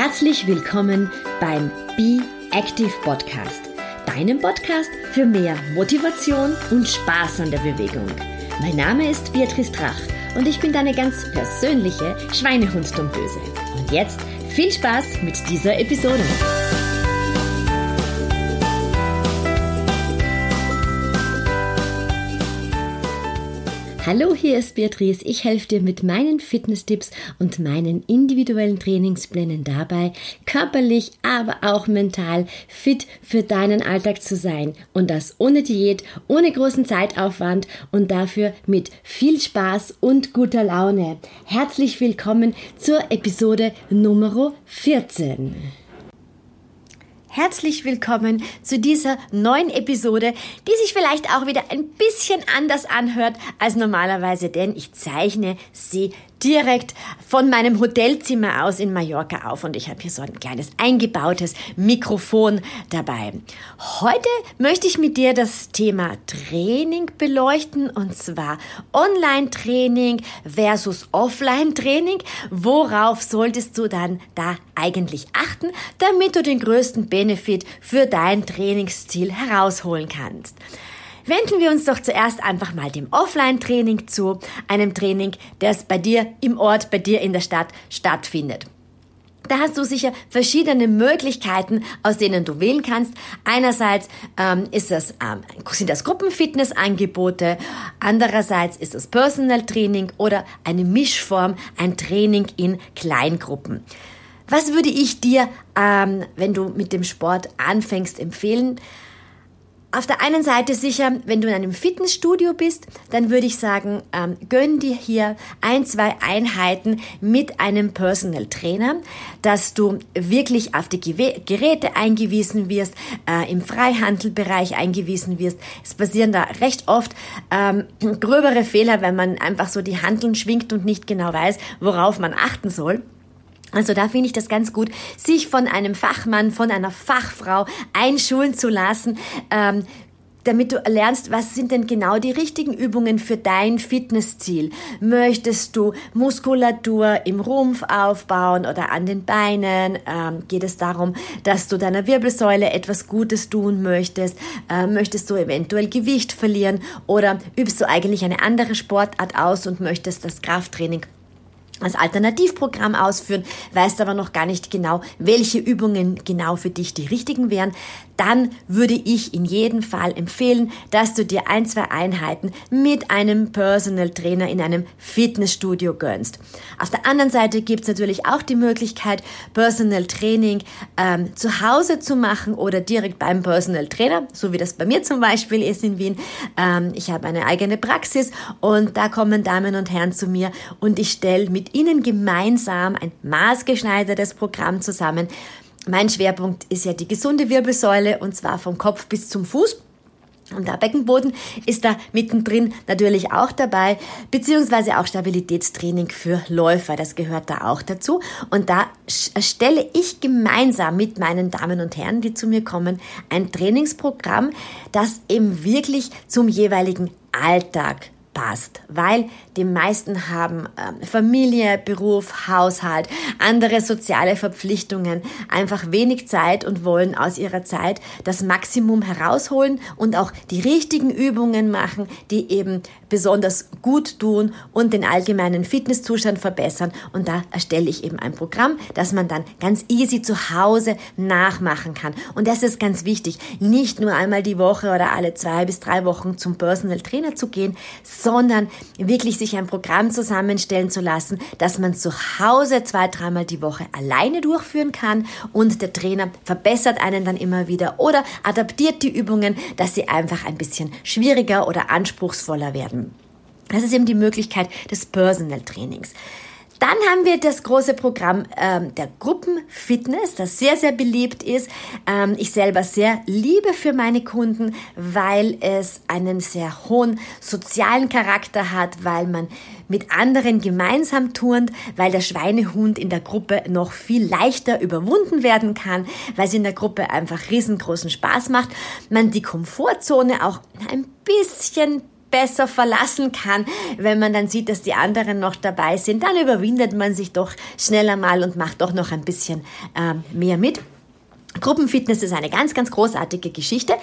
Herzlich willkommen beim Be Active Podcast, deinem Podcast für mehr Motivation und Spaß an der Bewegung. Mein Name ist Beatrice Drach und ich bin deine ganz persönliche Schweinehund-Dompöse. Und jetzt viel Spaß mit dieser Episode. Hallo, hier ist Beatrice. Ich helfe dir mit meinen Fitnesstipps und meinen individuellen Trainingsplänen dabei, körperlich, aber auch mental fit für deinen Alltag zu sein. Und das ohne Diät, ohne großen Zeitaufwand und dafür mit viel Spaß und guter Laune. Herzlich willkommen zur Episode Nummer 14. Herzlich willkommen zu dieser neuen Episode, die sich vielleicht auch wieder ein bisschen anders anhört als normalerweise, denn ich zeichne sie direkt von meinem Hotelzimmer aus in Mallorca auf und ich habe hier so ein kleines eingebautes Mikrofon dabei. Heute möchte ich mit dir das Thema Training beleuchten und zwar Online-Training versus Offline-Training. Worauf solltest du dann da eigentlich achten, damit du den größten Benefit für dein Trainingsziel herausholen kannst? Wenden wir uns doch zuerst einfach mal dem Offline-Training zu, einem Training, das bei dir im Ort, bei dir in der Stadt stattfindet. Da hast du sicher verschiedene Möglichkeiten, aus denen du wählen kannst. Einerseits sind das Gruppenfitnessangebote, andererseits ist es Personal Training oder eine Mischform, ein Training in Kleingruppen. Was würde ich dir, wenn du mit dem Sport anfängst, empfehlen? Auf der einen Seite sicher, wenn du in einem Fitnessstudio bist, dann würde ich sagen, gönn dir hier 1-2 Einheiten mit einem Personal Trainer, dass du wirklich auf die Geräte eingewiesen wirst, im Freihandelbereich eingewiesen wirst. Es passieren da recht oft gröbere Fehler, wenn man einfach so die Hanteln schwingt und nicht genau weiß, worauf man achten soll. Also da finde ich das ganz gut, sich von einem Fachmann, von einer Fachfrau einschulen zu lassen, damit du lernst, was sind denn genau die richtigen Übungen für dein Fitnessziel. Möchtest du Muskulatur im Rumpf aufbauen oder an den Beinen? Geht es darum, dass du deiner Wirbelsäule etwas Gutes tun möchtest? Möchtest du eventuell Gewicht verlieren oder übst du eigentlich eine andere Sportart aus und möchtest das Krafttraining als Alternativprogramm ausführen, weißt aber noch gar nicht genau, welche Übungen genau für dich die richtigen wären, dann würde ich in jedem Fall empfehlen, dass du dir 1-2 Einheiten mit einem Personal Trainer in einem Fitnessstudio gönnst. Auf der anderen Seite gibt es natürlich auch die Möglichkeit, Personal Training zu Hause zu machen oder direkt beim Personal Trainer, so wie das bei mir zum Beispiel ist in Wien. Ich habe eine eigene Praxis und da kommen Damen und Herren zu mir und ich stelle mit ihnen gemeinsam ein maßgeschneidertes Programm zusammen. Mein Schwerpunkt ist ja die gesunde Wirbelsäule und zwar vom Kopf bis zum Fuß. Und der Beckenboden ist da mittendrin natürlich auch dabei, beziehungsweise auch Stabilitätstraining für Läufer, das gehört da auch dazu. Und da erstelle ich gemeinsam mit meinen Damen und Herren, die zu mir kommen, ein Trainingsprogramm, das eben wirklich zum jeweiligen Alltag passt, weil die meisten haben Familie, Beruf, Haushalt, andere soziale Verpflichtungen, einfach wenig Zeit und wollen aus ihrer Zeit das Maximum herausholen und auch die richtigen Übungen machen, die eben besonders gut tun und den allgemeinen Fitnesszustand verbessern. Und da erstelle ich eben ein Programm, das man dann ganz easy zu Hause nachmachen kann. Und das ist ganz wichtig, nicht nur einmal die Woche oder alle 2 bis 3 Wochen zum Personal Trainer zu gehen, sondern wirklich sich ein Programm zusammenstellen zu lassen, das man zu Hause 2-3 Mal die Woche alleine durchführen kann und der Trainer verbessert einen dann immer wieder oder adaptiert die Übungen, dass sie einfach ein bisschen schwieriger oder anspruchsvoller werden. Das ist eben die Möglichkeit des Personal Trainings. Dann haben wir das große Programm der Gruppenfitness, das sehr, sehr beliebt ist. Ich selber sehr liebe für meine Kunden, weil es einen sehr hohen sozialen Charakter hat, weil man mit anderen gemeinsam turnt, weil der Schweinehund in der Gruppe noch viel leichter überwunden werden kann, weil es in der Gruppe einfach riesengroßen Spaß macht. Man die Komfortzone auch ein bisschen besser verlassen kann, wenn man dann sieht, dass die anderen noch dabei sind. Dann überwindet man sich doch schneller mal und macht doch noch ein bisschen mehr mit. Gruppenfitness ist eine ganz, ganz großartige Geschichte.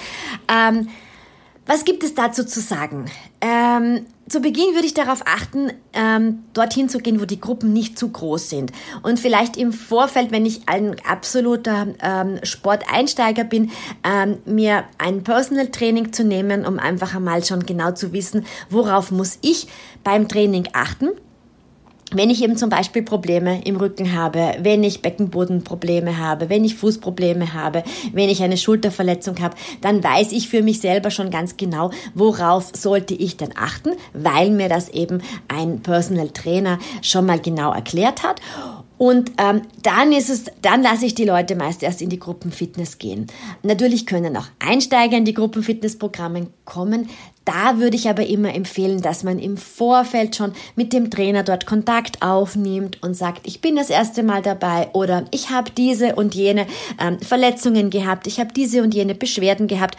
Was gibt es dazu zu sagen? Zu Beginn würde ich darauf achten, dorthin zu gehen, wo die Gruppen nicht zu groß sind. Und vielleicht im Vorfeld, wenn ich ein absoluter Sporteinsteiger bin, mir ein Personal Training zu nehmen, um einfach einmal schon genau zu wissen, worauf muss ich beim Training achten. Wenn ich eben zum Beispiel Probleme im Rücken habe, wenn ich Beckenbodenprobleme habe, wenn ich Fußprobleme habe, wenn ich eine Schulterverletzung habe, dann weiß ich für mich selber schon ganz genau, worauf sollte ich denn achten, weil mir das eben ein Personal Trainer schon mal genau erklärt hat. Und dann lasse ich die Leute meist erst in die Gruppenfitness gehen. Natürlich können auch Einsteiger in die Gruppenfitnessprogramme kommen. Da würde ich aber immer empfehlen, dass man im Vorfeld schon mit dem Trainer dort Kontakt aufnimmt und sagt, ich bin das erste Mal dabei oder ich habe diese und jene Verletzungen gehabt, ich habe diese und jene Beschwerden gehabt.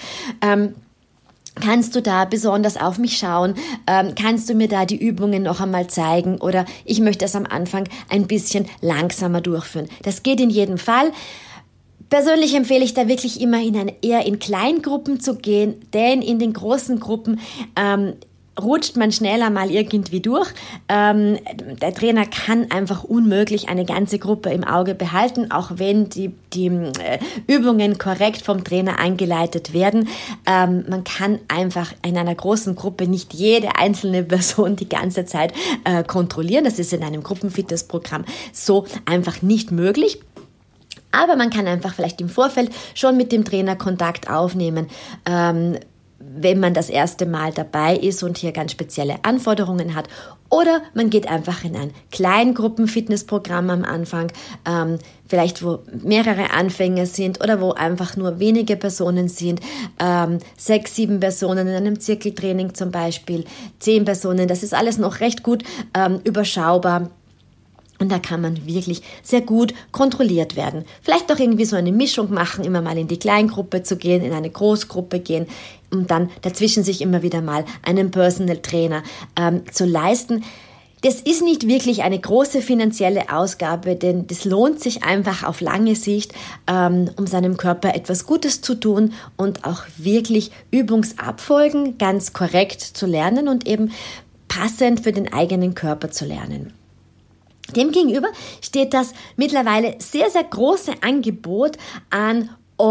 Kannst du da besonders auf mich schauen? Kannst du mir da die Übungen noch einmal zeigen? Oder ich möchte es am Anfang ein bisschen langsamer durchführen. Das geht in jedem Fall. Persönlich empfehle ich da wirklich immer eher in Kleingruppen zu gehen, denn in den großen Gruppen rutscht man schneller mal irgendwie durch. Der Trainer kann einfach unmöglich eine ganze Gruppe im Auge behalten, auch wenn die Übungen korrekt vom Trainer eingeleitet werden. Man kann einfach in einer großen Gruppe nicht jede einzelne Person die ganze Zeit kontrollieren. Das ist in einem Gruppenfitnessprogramm so einfach nicht möglich. Aber man kann einfach vielleicht im Vorfeld schon mit dem Trainer Kontakt aufnehmen, wenn man das erste Mal dabei ist und hier ganz spezielle Anforderungen hat. Oder man geht einfach in ein Kleingruppen-Fitnessprogramm am Anfang, vielleicht wo mehrere Anfänger sind oder wo einfach nur wenige Personen sind, 6, 7 Personen in einem Zirkeltraining zum Beispiel, 10 Personen, das ist alles noch recht gut überschaubar. Und da kann man wirklich sehr gut kontrolliert werden. Vielleicht auch irgendwie so eine Mischung machen, immer mal in die Kleingruppe zu gehen, in eine Großgruppe gehen und dann dazwischen sich immer wieder mal einen Personal Trainer zu leisten. Das ist nicht wirklich eine große finanzielle Ausgabe, denn das lohnt sich einfach auf lange Sicht, um seinem Körper etwas Gutes zu tun und auch wirklich Übungsabfolgen ganz korrekt zu lernen und eben passend für den eigenen Körper zu lernen. Demgegenüber steht das mittlerweile sehr, sehr große Angebot an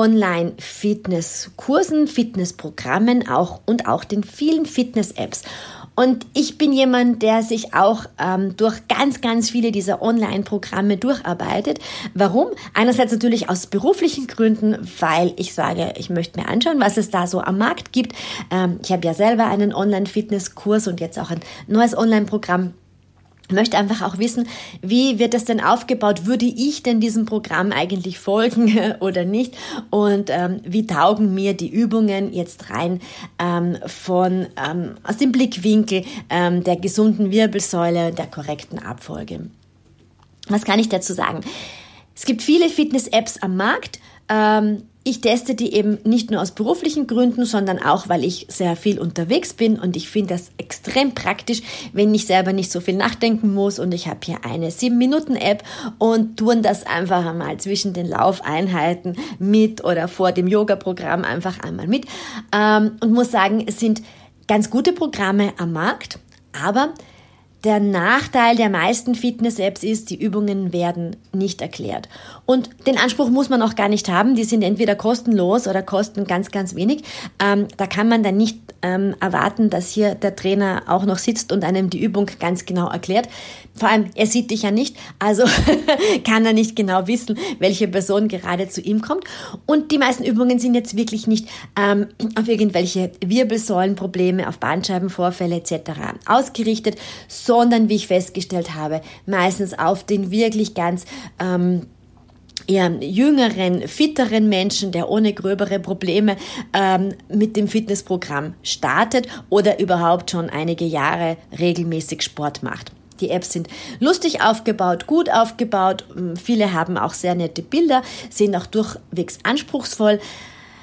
Online-Fitnesskursen, Fitnessprogrammen und auch den vielen Fitness-Apps. Und ich bin jemand, der sich auch durch ganz, ganz viele dieser Online-Programme durcharbeitet. Warum? Einerseits natürlich aus beruflichen Gründen, weil ich sage, ich möchte mir anschauen, was es da so am Markt gibt. Ich habe ja selber einen Online-Fitnesskurs und jetzt auch ein neues Online-Programm. Ich möchte einfach auch wissen, wie wird das denn aufgebaut? Würde ich denn diesem Programm eigentlich folgen oder nicht? Und wie taugen mir die Übungen jetzt rein aus dem Blickwinkel der gesunden Wirbelsäule, der korrekten Abfolge? Was kann ich dazu sagen? Es gibt viele Fitness-Apps am Markt. Ich teste die eben nicht nur aus beruflichen Gründen, sondern auch, weil ich sehr viel unterwegs bin und ich finde das extrem praktisch, wenn ich selber nicht so viel nachdenken muss und ich habe hier eine 7-Minuten-App und tun das einfach einmal zwischen den Laufeinheiten mit oder vor dem Yoga-Programm einfach einmal mit und muss sagen, es sind ganz gute Programme am Markt, aber der Nachteil der meisten Fitness-Apps ist, die Übungen werden nicht erklärt. Und den Anspruch muss man auch gar nicht haben. Die sind entweder kostenlos oder kosten ganz, ganz wenig. Da kann man dann nicht erwarten, dass hier der Trainer auch noch sitzt und einem die Übung ganz genau erklärt. Vor allem, er sieht dich ja nicht, also kann er nicht genau wissen, welche Person gerade zu ihm kommt. Und die meisten Übungen sind jetzt wirklich nicht auf irgendwelche Wirbelsäulenprobleme, auf Bandscheibenvorfälle etc. ausgerichtet, sondern, wie ich festgestellt habe, meistens auf den wirklich ganz eher jüngeren, fitteren Menschen, der ohne gröbere Probleme mit dem Fitnessprogramm startet oder überhaupt schon einige Jahre regelmäßig Sport macht. Die Apps sind lustig aufgebaut, gut aufgebaut, viele haben auch sehr nette Bilder, sind auch durchwegs anspruchsvoll.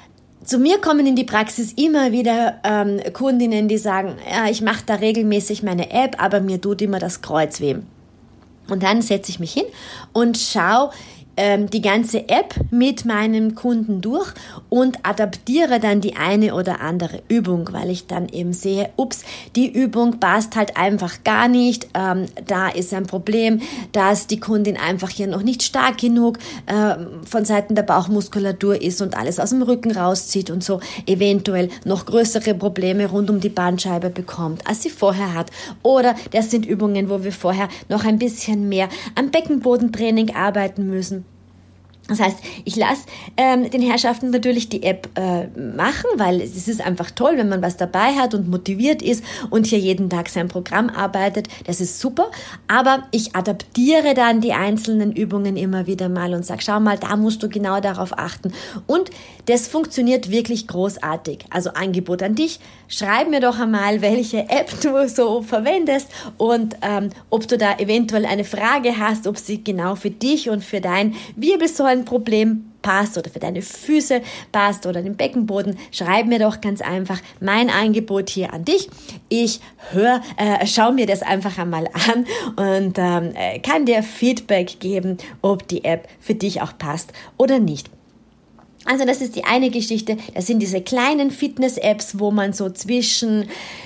Zu mir kommen in die Praxis immer wieder Kundinnen, die sagen, ja, ich mache da regelmäßig meine App, aber mir tut immer das Kreuz weh. Und dann setze ich mich hin und schaue die ganze App mit meinem Kunden durch und adaptiere dann die eine oder andere Übung, weil ich dann eben sehe, ups, die Übung passt halt einfach gar nicht, da ist ein Problem, dass die Kundin einfach hier noch nicht stark genug von Seiten der Bauchmuskulatur ist und alles aus dem Rücken rauszieht und so eventuell noch größere Probleme rund um die Bandscheibe bekommt, als sie vorher hat. Oder das sind Übungen, wo wir vorher noch ein bisschen mehr am Beckenbodentraining arbeiten müssen. Das heißt, ich lasse den Herrschaften natürlich die App machen, weil es ist einfach toll, wenn man was dabei hat und motiviert ist und hier jeden Tag sein Programm arbeitet. Das ist super, aber ich adaptiere dann die einzelnen Übungen immer wieder mal und sage, schau mal, da musst du genau darauf achten. Und das funktioniert wirklich großartig. Also Angebot an dich, schreib mir doch einmal, welche App du so verwendest und ob du da eventuell eine Frage hast, ob sie genau für dich und für dein Wirbelsäulenproblem passt oder für deine Füße passt oder den Beckenboden, schreib mir doch ganz einfach mein Angebot hier an dich. Ich schau mir das einfach einmal an und kann dir Feedback geben, ob die App für dich auch passt oder nicht. Also das ist die eine Geschichte, das sind diese kleinen Fitness-Apps, wo man so zwischen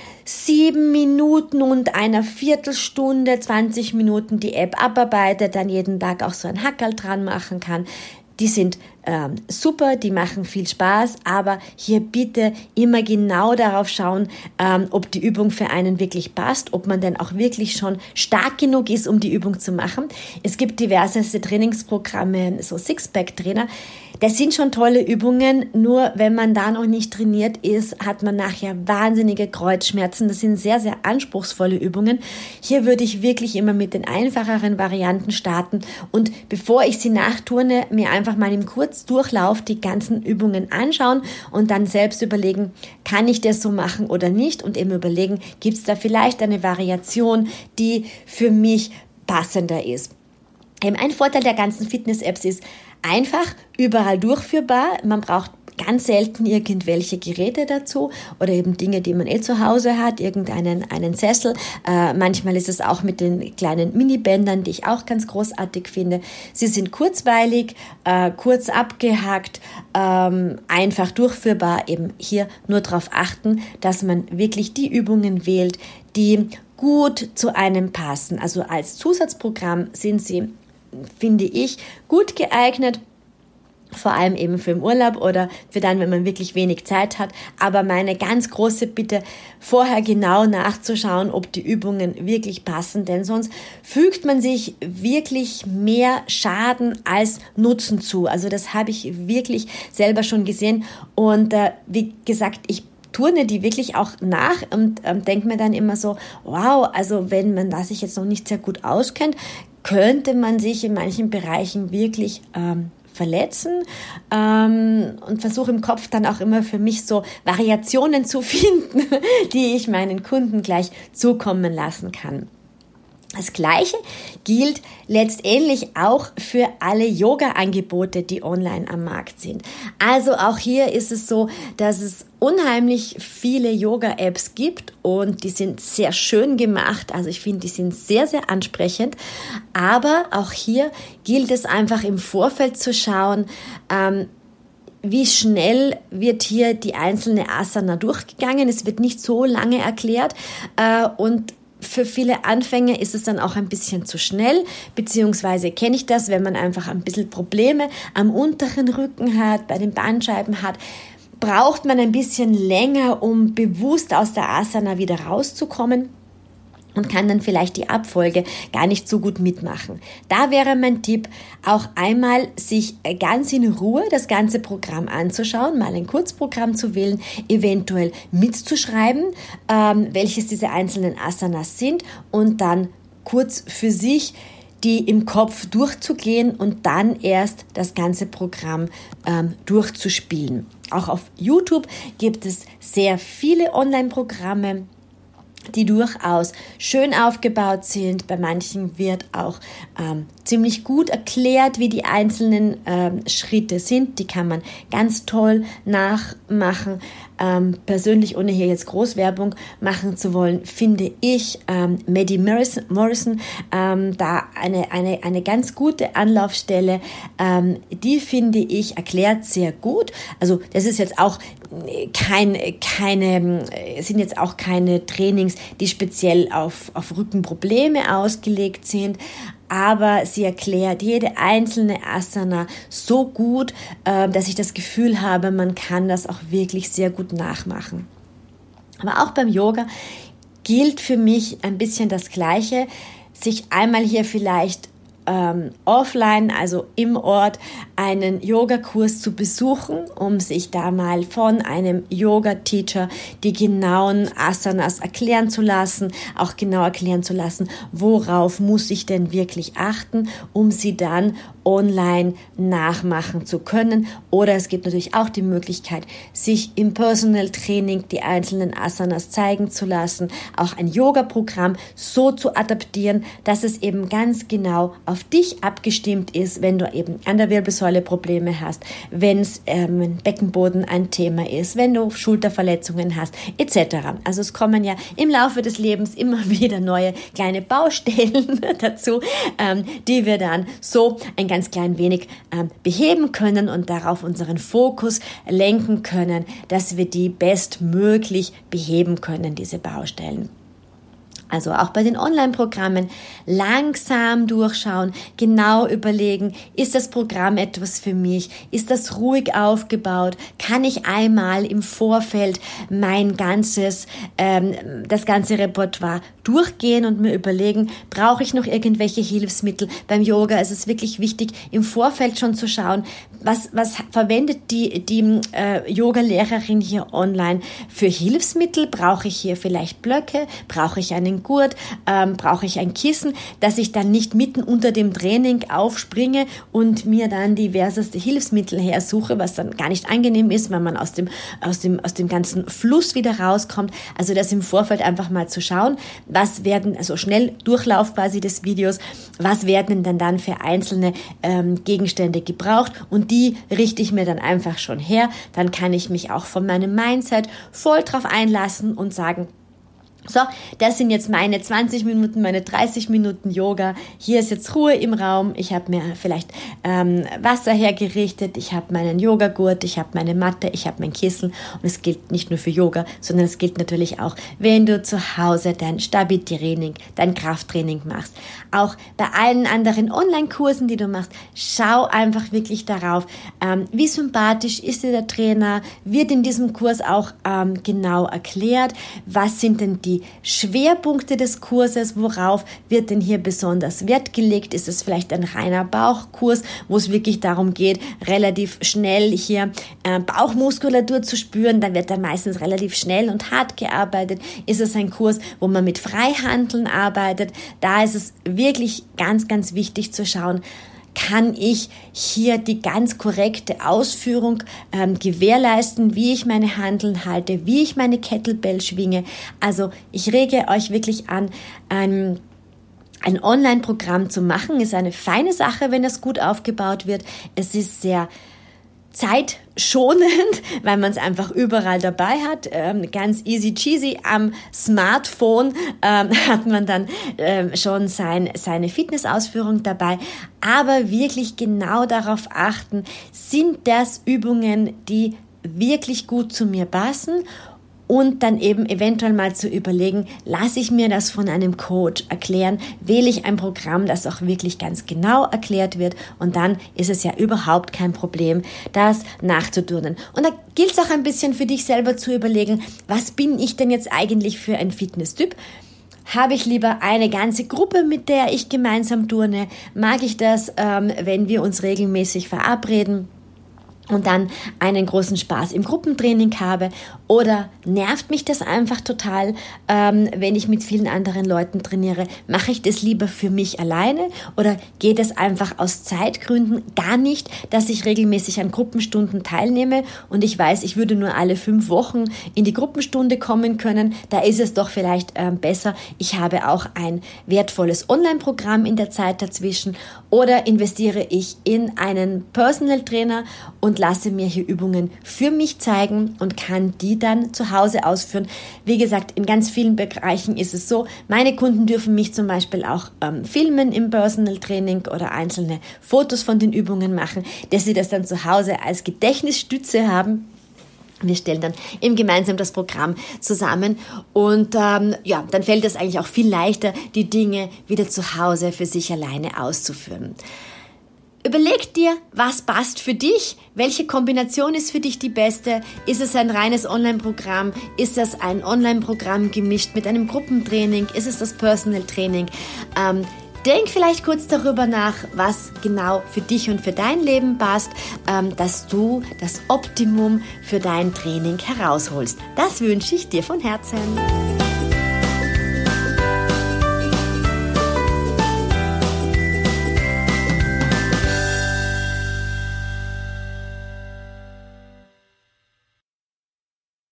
7 Minuten und einer Viertelstunde, 20 Minuten die App abarbeitet, dann jeden Tag auch so ein Hackerl dran machen kann. Die sind super, die machen viel Spaß, aber hier bitte immer genau darauf schauen, ob die Übung für einen wirklich passt, ob man denn auch wirklich schon stark genug ist, um die Übung zu machen. Es gibt diverse Trainingsprogramme, so Sixpack-Trainer. Das sind schon tolle Übungen, nur wenn man da noch nicht trainiert ist, hat man nachher wahnsinnige Kreuzschmerzen. Das sind sehr, sehr anspruchsvolle Übungen. Hier würde ich wirklich immer mit den einfacheren Varianten starten und bevor ich sie nachturne, mir einfach mal im Kurzdurchlauf die ganzen Übungen anschauen und dann selbst überlegen, kann ich das so machen oder nicht und eben überlegen, gibt es da vielleicht eine Variation, die für mich passender ist. Ein Vorteil der ganzen Fitness-Apps ist einfach, überall durchführbar. Man braucht ganz selten irgendwelche Geräte dazu oder eben Dinge, die man zu Hause hat, einen Sessel. Manchmal ist es auch mit den kleinen Minibändern, die ich auch ganz großartig finde. Sie sind kurzweilig, kurz abgehackt, einfach durchführbar. Eben hier nur darauf achten, dass man wirklich die Übungen wählt, die gut zu einem passen. Also als Zusatzprogramm sind sie, finde ich, gut geeignet, vor allem eben für den Urlaub oder für dann, wenn man wirklich wenig Zeit hat. Aber meine ganz große Bitte, vorher genau nachzuschauen, ob die Übungen wirklich passen, denn sonst fügt man sich wirklich mehr Schaden als Nutzen zu. Also das habe ich wirklich selber schon gesehen und wie gesagt, ich turne die wirklich auch nach und denke mir dann immer so, wow, also wenn man das sich jetzt noch nicht sehr gut auskennt, könnte man sich in manchen Bereichen wirklich verletzen und versuche im Kopf dann auch immer für mich so Variationen zu finden, die ich meinen Kunden gleich zukommen lassen kann. Das Gleiche gilt letztendlich auch für alle Yoga-Angebote, die online am Markt sind. Also auch hier ist es so, dass es unheimlich viele Yoga-Apps gibt und die sind sehr schön gemacht. Also ich finde, die sind sehr, sehr ansprechend. Aber auch hier gilt es einfach im Vorfeld zu schauen, wie schnell wird hier die einzelne Asana durchgegangen. Es wird nicht so lange erklärt und für viele Anfänger ist es dann auch ein bisschen zu schnell, beziehungsweise kenne ich das, wenn man einfach ein bisschen Probleme am unteren Rücken hat, bei den Bandscheiben hat, braucht man ein bisschen länger, um bewusst aus der Asana wieder rauszukommen und kann dann vielleicht die Abfolge gar nicht so gut mitmachen. Da wäre mein Tipp, auch einmal sich ganz in Ruhe das ganze Programm anzuschauen, mal ein Kurzprogramm zu wählen, eventuell mitzuschreiben, welches diese einzelnen Asanas sind und dann kurz für sich die im Kopf durchzugehen und dann erst das ganze Programm durchzuspielen. Auch auf YouTube gibt es sehr viele Online-Programme, die durchaus schön aufgebaut sind. Bei manchen wird auch ziemlich gut erklärt, wie die einzelnen Schritte sind. Die kann man ganz toll nachmachen. Persönlich, ohne hier jetzt Großwerbung machen zu wollen, finde ich Maddie Morrison da eine ganz gute Anlaufstelle. Die finde ich erklärt sehr gut. Also das ist jetzt auch sind jetzt auch keine Trainings, die speziell auf Rückenprobleme ausgelegt sind. Aber sie erklärt jede einzelne Asana so gut, dass ich das Gefühl habe, man kann das auch wirklich sehr gut nachmachen. Aber auch beim Yoga gilt für mich ein bisschen das Gleiche, sich einmal hier vielleicht offline, also im Ort, einen Yogakurs zu besuchen, um sich da mal von einem Yoga-Teacher die genauen Asanas erklären zu lassen, auch genau erklären zu lassen, worauf muss ich denn wirklich achten, um sie dann online nachmachen zu können. Oder es gibt natürlich auch die Möglichkeit, sich im Personal Training die einzelnen Asanas zeigen zu lassen, auch ein Yoga-Programm so zu adaptieren, dass es eben ganz genau auf dich abgestimmt ist, wenn du eben an der Wirbelsäule Probleme hast, wenn es im Beckenboden ein Thema ist, wenn du Schulterverletzungen hast, etc. Also es kommen ja im Laufe des Lebens immer wieder neue kleine Baustellen dazu, die wir dann so ein ganz klein wenig beheben können und darauf unseren Fokus lenken können, dass wir die bestmöglich beheben können, diese Baustellen. Also auch bei den Online-Programmen langsam durchschauen, genau überlegen, ist das Programm etwas für mich? Ist das ruhig aufgebaut? Kann ich einmal im Vorfeld das ganze Repertoire durchgehen und mir überlegen, brauche ich noch irgendwelche Hilfsmittel? Beim Yoga ist es wirklich wichtig, im Vorfeld schon zu schauen, was verwendet die Yoga-Lehrerin hier online für Hilfsmittel? Brauche ich hier vielleicht Blöcke? Brauche ich einen Gurt? Brauche ich ein Kissen, dass ich dann nicht mitten unter dem Training aufspringe und mir dann diverseste Hilfsmittel hersuche, was dann gar nicht angenehm ist, wenn man aus dem ganzen Fluss wieder rauskommt. Also das im Vorfeld einfach mal zu schauen, also schnell Durchlauf quasi des Videos, was werden denn dann für einzelne Gegenstände gebraucht, und die richte ich mir dann einfach schon her. Dann kann ich mich auch von meinem Mindset voll drauf einlassen und sagen, so, das sind jetzt meine 20 Minuten, meine 30 Minuten Yoga. Hier ist jetzt Ruhe im Raum. Ich habe mir vielleicht Wasser hergerichtet. Ich habe meinen Yogagurt, ich habe meine Matte, ich habe mein Kissen. Und es gilt nicht nur für Yoga, sondern es gilt natürlich auch, wenn du zu Hause dein Stabi-Training, dein Krafttraining machst. Auch bei allen anderen Online-Kursen, die du machst, schau einfach wirklich darauf, wie sympathisch ist dir der Trainer, wird in diesem Kurs auch genau erklärt, was sind denn die Schwerpunkte des Kurses, worauf wird denn hier besonders Wert gelegt? Ist es vielleicht ein reiner Bauchkurs, wo es wirklich darum geht, relativ schnell hier Bauchmuskulatur zu spüren? Dann wird da meistens relativ schnell und hart gearbeitet. Ist es ein Kurs, wo man mit Freihanteln arbeitet? Da ist es wirklich ganz, ganz wichtig zu schauen, kann ich hier die ganz korrekte Ausführung gewährleisten, wie ich meine Hanteln halte, wie ich meine Kettlebell schwinge. Also ich rege euch wirklich an, ein Online-Programm zu machen. Ist eine feine Sache, wenn es gut aufgebaut wird. Es ist sehr zeitschonend, weil man es einfach überall dabei hat. Ganz easy cheesy am Smartphone hat man dann schon seine Fitnessausführung dabei. Aber wirklich genau darauf achten, sind das Übungen, die wirklich gut zu mir passen? Und dann eben eventuell mal zu überlegen, lasse ich mir das von einem Coach erklären, wähle ich ein Programm, das auch wirklich ganz genau erklärt wird, und dann ist es ja überhaupt kein Problem, das nachzuturnen. Und da gilt es auch ein bisschen für dich selber zu überlegen, was bin ich denn jetzt eigentlich für ein Fitnesstyp? Habe ich lieber eine ganze Gruppe, mit der ich gemeinsam turne? Mag ich das, wenn wir uns regelmäßig verabreden? und dann einen großen Spaß im Gruppentraining habe? Oder nervt mich das einfach total, wenn ich mit vielen anderen Leuten trainiere? Mache ich das lieber für mich alleine oder geht es einfach aus Zeitgründen gar nicht, dass ich regelmäßig an Gruppenstunden teilnehme und ich weiß, ich würde nur alle 5 Wochen in die Gruppenstunde kommen können? Da ist es doch vielleicht besser, ich habe auch ein wertvolles Online-Programm in der Zeit dazwischen, oder investiere ich in einen Personal Trainer und lasse mir hier Übungen für mich zeigen und kann die dann zu Hause ausführen. Wie gesagt, in ganz vielen Bereichen ist es so, meine Kunden dürfen mich zum Beispiel auch filmen im Personal Training oder einzelne Fotos von den Übungen machen, dass sie das dann zu Hause als Gedächtnisstütze haben. Wir stellen dann eben gemeinsam das Programm zusammen und dann fällt es eigentlich auch viel leichter, die Dinge wieder zu Hause für sich alleine auszuführen. Überleg dir, was passt für dich, welche Kombination ist für dich die beste, ist es ein reines Online-Programm, ist es ein Online-Programm gemischt mit einem Gruppentraining, ist es das Personal Training? Denk vielleicht kurz darüber nach, was genau für dich und für dein Leben passt, dass du das Optimum für dein Training herausholst. Das wünsche ich dir von Herzen.